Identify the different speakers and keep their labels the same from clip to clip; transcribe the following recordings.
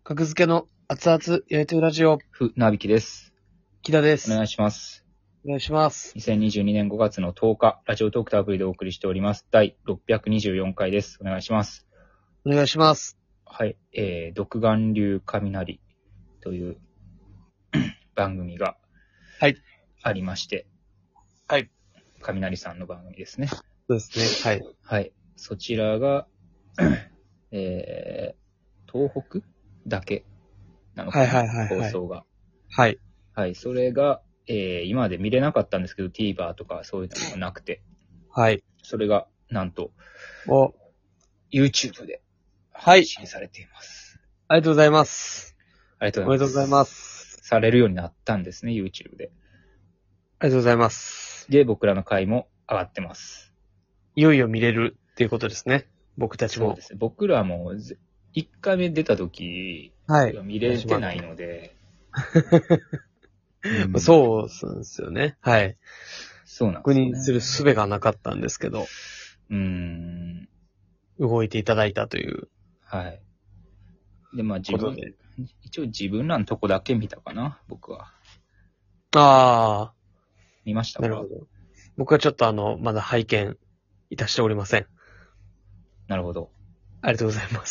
Speaker 1: 格付けの熱々焼いてるラジオ、
Speaker 2: なびきです。
Speaker 1: 木田です。
Speaker 2: お願いします。
Speaker 1: お願いします。
Speaker 2: 2022年5月の10日、ラジオトークとアプリでお送りしております。第624回です。お願いします。
Speaker 1: お願いします。
Speaker 2: はい。独眼流雷という番組が
Speaker 1: はい。
Speaker 2: ありまして、
Speaker 1: はい。
Speaker 2: 雷さんの番組ですね。
Speaker 1: そうですね。はい。
Speaker 2: はい。そちらが、東北だけなのかな、
Speaker 1: はいはいはいはい
Speaker 2: 放送が。
Speaker 1: はい。
Speaker 2: はい。それが、今まで見れなかったんですけど、TVer とかそういうのもなくて、
Speaker 1: はい。
Speaker 2: それが、なんと、
Speaker 1: お、
Speaker 2: YouTube で
Speaker 1: はい
Speaker 2: 配信されています。
Speaker 1: ありがとうございます。
Speaker 2: ありがとう
Speaker 1: おめでとうございます。
Speaker 2: されるようになったんですね、YouTube で。
Speaker 1: ありがとうございます。
Speaker 2: で、僕らの回も上がってます。
Speaker 1: いよいよ見れるっていうことですね。僕たちも。
Speaker 2: そうですね。僕らも、1回目出た時、
Speaker 1: はい。
Speaker 2: 見れてないので、
Speaker 1: そうですよね。はい。
Speaker 2: そうなん
Speaker 1: 確
Speaker 2: ですよね。
Speaker 1: 認する術がなかったんですけど、動いていただいたという
Speaker 2: はい。で、まあ自分
Speaker 1: ことで。、
Speaker 2: 一応自分らのとこだけ見たかな、僕は。
Speaker 1: あ
Speaker 2: 見ました
Speaker 1: あ、
Speaker 2: か？
Speaker 1: なるほど。僕はちょっとまだ拝見いたしておりません。
Speaker 2: なるほど。
Speaker 1: ありがとうございます。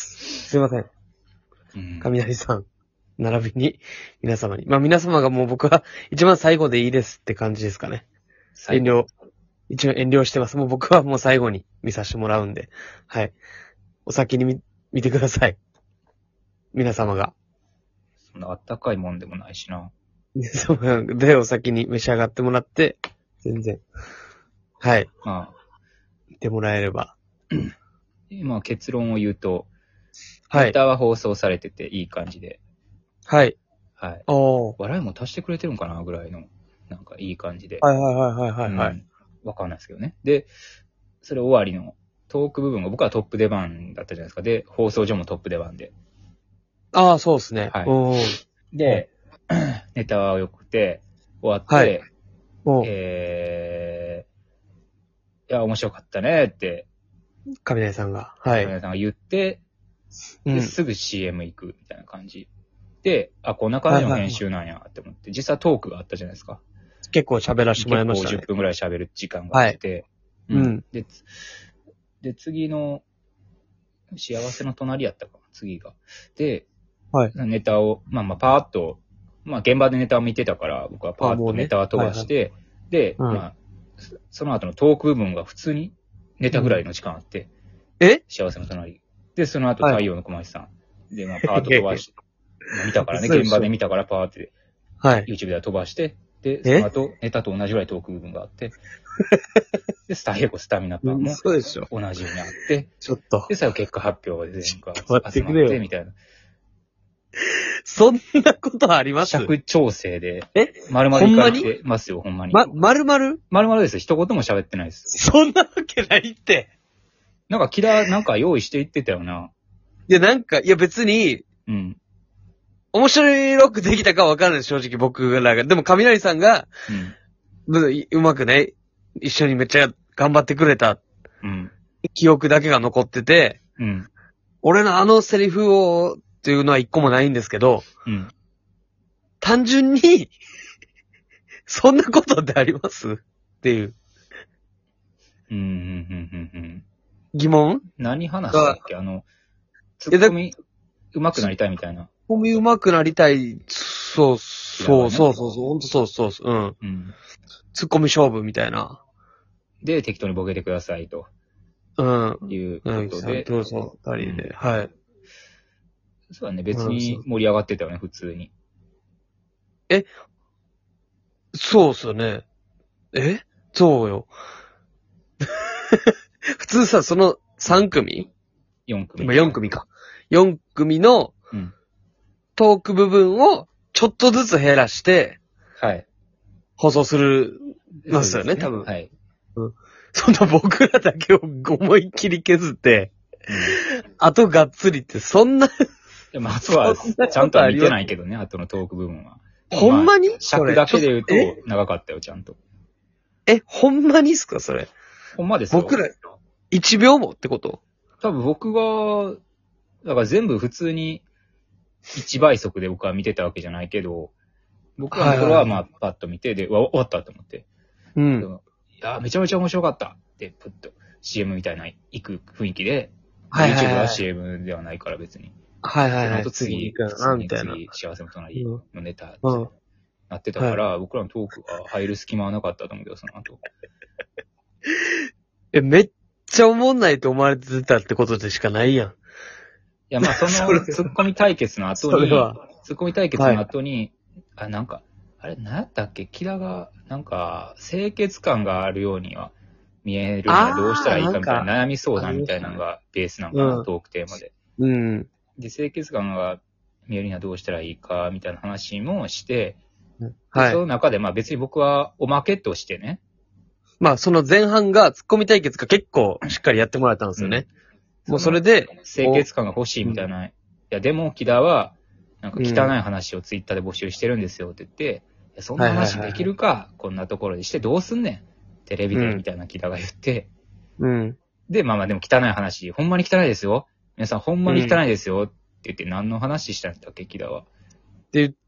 Speaker 1: すいません。雷さん、並びに、皆様に。まあ皆様がもう僕は一番最後でいいですって感じですかね。一応遠慮してます。もう僕はもう最後に見させてもらうんで。はい。お先に見てください。皆様が。
Speaker 2: そんなあったかいもんでもないしな。
Speaker 1: 皆様でお先に召し上がってもらって、全然。はい。
Speaker 2: ま
Speaker 1: 見てもらえれば。
Speaker 2: まあ結論を言うと、
Speaker 1: はい。
Speaker 2: ネタは放送されてていい感じで。
Speaker 1: はい。
Speaker 2: はい。
Speaker 1: おー。
Speaker 2: 笑いも足してくれてるのかなぐらいの、なんかいい感じで。
Speaker 1: はいはいはいはいはい、はい。
Speaker 2: わかんないですけどね。で、それ終わりのトーク部分が僕はトップ出番だったじゃないですか。で、放送所もトップ出番で。
Speaker 1: ああ、そうですね。
Speaker 2: はい
Speaker 1: おー。
Speaker 2: で、ネタは良くて、終わって、
Speaker 1: はいおー。
Speaker 2: いや、面白かったねって、
Speaker 1: 雷さんが。はい。
Speaker 2: 皆さんが言って、
Speaker 1: うん
Speaker 2: で、すぐ CM 行くみたいな感じ。で、あ、こんな感じの編集なんやって思って、実際トークがあったじゃないですか。
Speaker 1: 結構喋らせてもらいま
Speaker 2: 結構
Speaker 1: したね。
Speaker 2: 10分ぐらい喋る時間があって、で、次の、幸せの隣やったかな、次が。で、
Speaker 1: はい。
Speaker 2: ネタを、パーッと、現場でネタを見てたから、僕はパーッとネタは飛ばして、で、その後のトーク部分が普通にネタぐらいの時間あって、幸せの隣。で、その後太陽の小町さん。で、パーッと飛ばして、見たからね、現場で見たからパーって、YouTube では飛ばして、で、その後、ネタと同じぐらいトーク部分があって、で、スタミナパーも同じようにあって、
Speaker 1: ちょっと。
Speaker 2: で、最後結果発表で全部集
Speaker 1: 待
Speaker 2: まっ
Speaker 1: ってくれよ
Speaker 2: て、みたいな。
Speaker 1: そんなことあります？
Speaker 2: 尺調整で、丸々いかれてますよ、ほんまに。
Speaker 1: 丸々？
Speaker 2: 丸々です。一言も喋ってないです。
Speaker 1: そんなわけないって。
Speaker 2: なんか、キラーなんか用意していってたよな。
Speaker 1: いや別に、面白くできたかわかんない、正直僕らが。でも、雷さんが、うまくね、一緒にめっちゃ頑張ってくれた、記憶だけが残ってて、俺のあのセリフを、っていうのは一個もないんですけど、単純に、そんなことってありますっていう。疑問？
Speaker 2: 何話したっけツッコミ上手くなりたいみたいな。
Speaker 1: ツッコミ上手くなりたい。そう、ほんとそう。ツッコミ勝負みたいな。
Speaker 2: で、適当にボケてくださいと。いうことで。
Speaker 1: どうぞ、二人で。はい。
Speaker 2: そうだね、別に盛り上がってたよね、普通に。
Speaker 1: そうっすよね。そうよ。普通さ、その3組
Speaker 2: ?4 組。
Speaker 1: 今4組か。4組のトーク部分をちょっとずつ減らして、放送するますよね、多分。そんな僕らだけを思いっきり削って、あとがっつりって、そんな。
Speaker 2: あとは、ちゃんとは見てないけどね、あとのトーク部分は。
Speaker 1: ほんまに
Speaker 2: 尺だけで言うと、長かったよ、ちゃんと。
Speaker 1: ほんまにっすか、それ。
Speaker 2: ほんまですよ。
Speaker 1: 僕ら、1秒もってこと？
Speaker 2: 多分僕が、だから全部普通に、 1倍速で僕は見てたわけじゃないけど、僕のところはまあ、パッと見て、で、終わったと思って。
Speaker 1: うん。
Speaker 2: いや、めちゃめちゃ面白かった。で、プッと CM みたいな行く雰囲気で、
Speaker 1: はいはいはい、
Speaker 2: YouTube は CM ではないから別に。
Speaker 1: はいはいはい。
Speaker 2: あと次、
Speaker 1: 次、
Speaker 2: 幸せの隣のネタ、なってたから、僕らのトークが入る隙間はなかったと思うけど、その後。
Speaker 1: めっちゃおもんないと思われてたってことでしかないやん。い
Speaker 2: や、まあ、その、ツッコミ対決の後に、ツッコミ対決の後に、はい、なんか、あれ、何やったっけ木田が、なんか、清潔感があるようには見えるにはどうしたらいいかみたいな悩み相談みたいなのがベースなのかな、トークテーマで。
Speaker 1: うん。
Speaker 2: で、清潔感が見えるにはどうしたらいいかみたいな話もして、
Speaker 1: はい。
Speaker 2: その中で、まあ別に僕はおまけとしてね。
Speaker 1: まあその前半がツッコミ対決が結構しっかりやってもらったんですよね。もうそれで。
Speaker 2: 清潔感が欲しいみたいな。いや、でも木田は、なんか汚い話をツイッターで募集してるんですよって言って、そんな話できるか、こんなところでしてどうすんねん。テレビでみたいな木田が言って、
Speaker 1: うん。
Speaker 2: で、まあまあでも汚い話、ほんまに汚いですよ。皆さんほんまに汚いですよって言って何の話したんだっけ、木田は。
Speaker 1: って言って、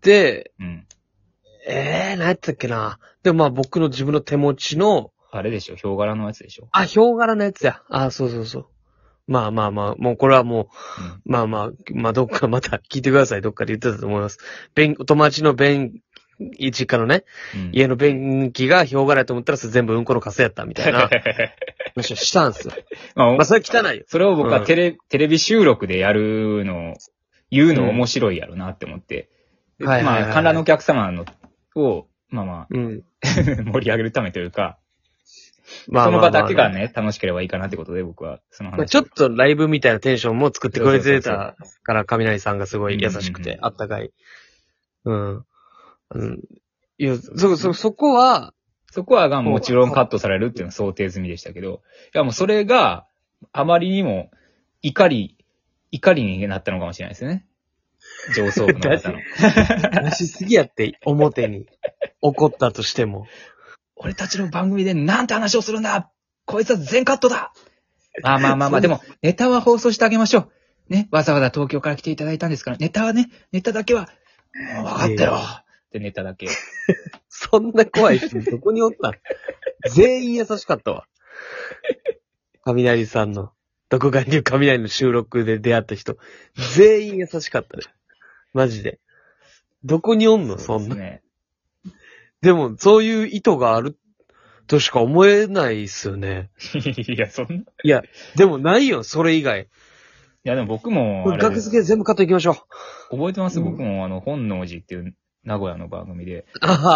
Speaker 2: うん。
Speaker 1: 何やったっけな。でもまあ僕の自分の手持ちの。
Speaker 2: あれでしょ、ヒョウ柄のやつでしょ。
Speaker 1: あ、ヒョウ柄のやつや。あ、そうそうそう。まあまあまあ、もうこれはもう、まあまあ、まあどっかまた聞いてください。どっかで言ってたと思います。友達の実家のね、家の便器がヒョウ柄やと思ったらそれ全部うんこのカスやったみたいな話をしたんですよ。まあそれは汚いよ。
Speaker 2: それを僕はテレビ収録でやるの、言うの面白いやろなって思って。まあ、観覧のお客様のを、まあまあ、盛り上げるためというか、まあその場だけがね、楽しければいいかなってことで僕はその話。
Speaker 1: ちょっとライブみたいなテンションも作ってくれてたから、雷さんがすごい優しくて、あったかい。うん。いや、そこは
Speaker 2: がもちろんカットされるっていうのは想定済みでしたけど、いやもうそれがあまりにも怒りになったのかもしれないですね。上層部の方の。
Speaker 1: 出しすぎやって、表に。怒ったとしても。
Speaker 2: 俺たちの番組でなんて話をするんだこいつは全カットだまあ、でも、ネタは放送してあげましょう。ね、わざわざ東京から来ていただいたんですから、ネタだけは、分かってろってネタだけ。
Speaker 1: そんな怖い人どこにおったん全員優しかったわ。雷さんの、独眼流雷の収録で出会った人、全員優しかったね。マジで。どこにおんのそんな。でも、そういう意図があるとしか思えないっすよね。
Speaker 2: いや、そんな。
Speaker 1: いや、でもないよ、それ以外。
Speaker 2: いや、でも僕も。
Speaker 1: 学付け全部カットいきましょ
Speaker 2: う。覚えてます、僕も、本能寺っていう名古屋の番組で。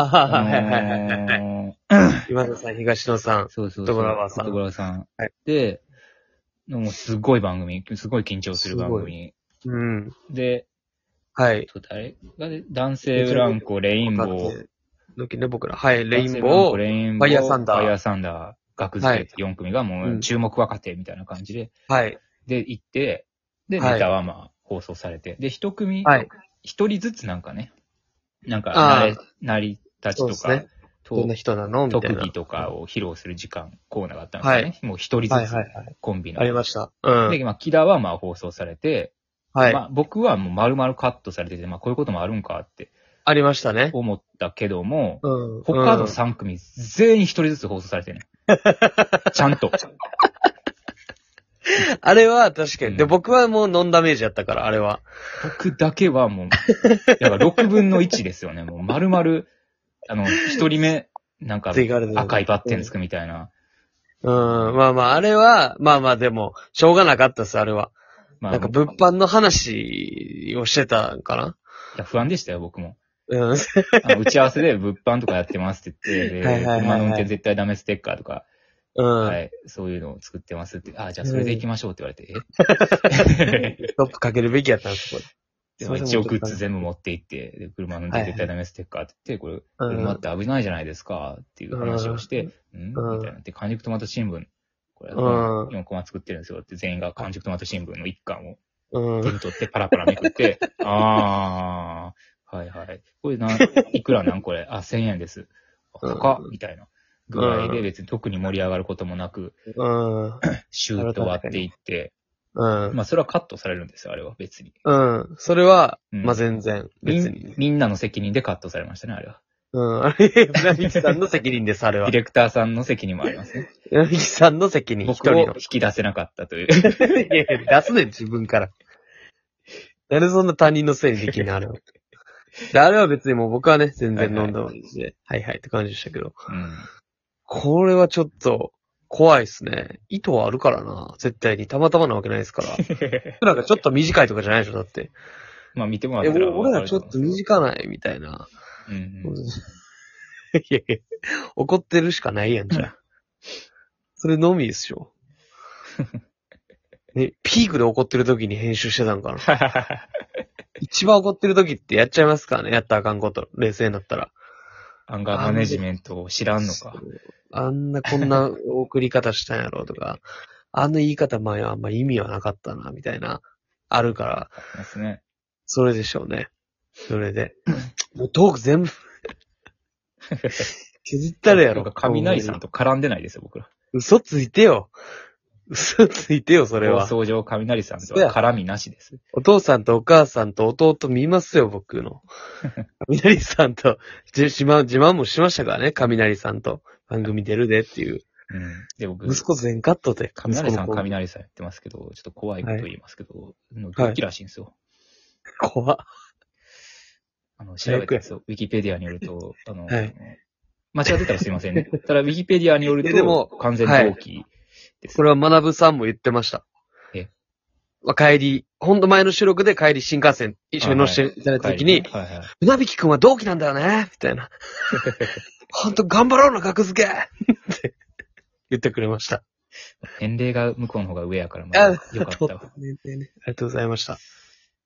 Speaker 1: 今田さん、東野さん。
Speaker 2: そう。
Speaker 1: 戸倉さん。
Speaker 2: 戸倉さん。はい。で、もうすごい番組、すごい緊張する番組。
Speaker 1: うん。
Speaker 2: で、
Speaker 1: はい。
Speaker 2: 誰が男性ブランコ、レインボー。
Speaker 1: のきね、僕ら。はい、レインボー、ファイヤーサンダー。
Speaker 2: ファイヤーサンダー、学付け4組がもう注目若手みたいな感じで。
Speaker 1: はい。
Speaker 2: で、行って、で、ネタはまあ、放送されて。で、一組、一人ずつなんかね、なんか、成り立ちとか、
Speaker 1: どんな人なのみたいな。
Speaker 2: 特技とかを披露する時間、コーナーがあったんですよね。もう一人ずつ、コンビの。
Speaker 1: ありました。
Speaker 2: で、まあ、木田はまあ放送されて、まあ、僕はもう丸々カットされてて、まあ、こういうこともあるんかって。
Speaker 1: ありましたね。
Speaker 2: 思ったけども、他の3組全員一人ずつ放送されてね。ちゃんと。
Speaker 1: あれは確かに。で、僕はもうノンダメージやったから、あれは。
Speaker 2: 僕だけはもう、だから6分の1ですよね。もう丸々、一人目、なんか赤いバッテンつくみたいな。
Speaker 1: まあまあ、あれは、まあまあでも、しょうがなかったです、あれは。なんか物販の話をしてたんかな。
Speaker 2: いや、不安でしたよ、僕も。打ち合わせで物販とかやってますって言って、車の運転絶対ダメステッカーとか、はい、そういうのを作ってますって、じゃあそれで行きましょうって言われて、
Speaker 1: ストップかけるべきやったんです、こ
Speaker 2: れ。で、一応グッズ全部持って行って、で、車の運転絶対ダメステッカーって言って、これ、車って危ないじゃないですかっていう話をして、みたいな。で、完熟トマト新聞、これ、4コマ作ってるんですよって、全員が完熟トマト新聞の1巻を手に取ってパラパラめくって、はいはい。これいくらなんこれ1000円です。高っみたいなぐらいで別に特に盛り上がることもなく、シューッと割っていって、
Speaker 1: うん。
Speaker 2: まあ、それはカットされるんですよ、あれは、別に。
Speaker 1: うん。それは、
Speaker 2: うん
Speaker 1: まあ、全然、別に。
Speaker 2: みんなの責任でカットされましたね、あれは。
Speaker 1: うん。あれ、船引さんの責任です、あれは。
Speaker 2: ディレクターさんの責任もありますね。
Speaker 1: 船引さんの責任、一
Speaker 2: 僕を
Speaker 1: 人の。
Speaker 2: 引き出せなかったという。
Speaker 1: いやいや、出すねん、自分から。なんでそんな他人のせいにできんの、あれは。で、あれは別にもう僕はね、全然飲んだもんで、はいはいって感じでしたけど。
Speaker 2: うん。
Speaker 1: これはちょっと、怖いっすね。意図はあるからな。絶対に。たまたまなわけないですから。なんかちょっと短いとかじゃないでしょ、だって。
Speaker 2: まあ見てもらったら
Speaker 1: 俺らちょっと短ないみたいな。
Speaker 2: うんうん。
Speaker 1: いやいや、怒ってるしかないやん、じゃあ。それのみですよ。ね、ピークで怒ってる時に編集してたんかな。一番怒ってる時ってやっちゃいますからね、やったらあかんこと。冷静になったら。
Speaker 2: アンガーマネジメントを知らんのか。
Speaker 1: あんなこんな送り方したんやろとか、あんな言い方前はあんま意味はなかったな、みたいな、あるから。
Speaker 2: ですね。
Speaker 1: それでしょうね。それで。もうトーク全部削ったらやろ。
Speaker 2: 雷さんと絡んでないですよ、僕ら。
Speaker 1: 嘘ついてよ。嘘ついてよ、それは。
Speaker 2: 放送上雷さんとは絡みなしです。
Speaker 1: お父さんとお母さんと弟見ますよ、僕の。雷さんと、自慢もしましたからね、雷さんと番組出るでっていう。
Speaker 2: うん。で、僕、
Speaker 1: 息子全カットで。
Speaker 2: 雷さんやってますけど、ちょっと怖いこと言いますけど、ドッキリらしいんですよ。
Speaker 1: 怖っ。
Speaker 2: 調べたんですよ。ウィキペディアによると、間違ってたらすいませんね。ただ、ウィキペディアによると、完全同期です。
Speaker 1: これは学さんも言ってました。帰り、ほんと前の収録で帰り新幹線一緒に乗せていただいたときに、船引くんは同期なんだよねみたいな。ほんと頑張ろうな、格付けって言ってくれました。
Speaker 2: 年齢が向こうの方が上やから、まあ、よかったわ。
Speaker 1: ありがとうございました。